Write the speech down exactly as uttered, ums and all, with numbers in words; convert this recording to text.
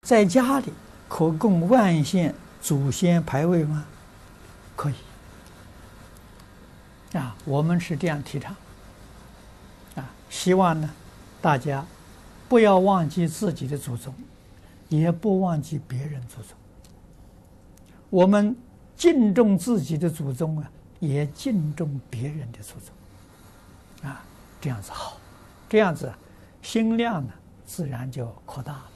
在家里可供万县祖先牌位吗？可以。啊，我们是这样提倡。啊，希望呢，大家不要忘记自己的祖宗，也不忘记别人祖宗。我们敬重自己的祖宗啊，也敬重别人的祖宗。啊，这样子好，这样子心量呢，自然就扩大了。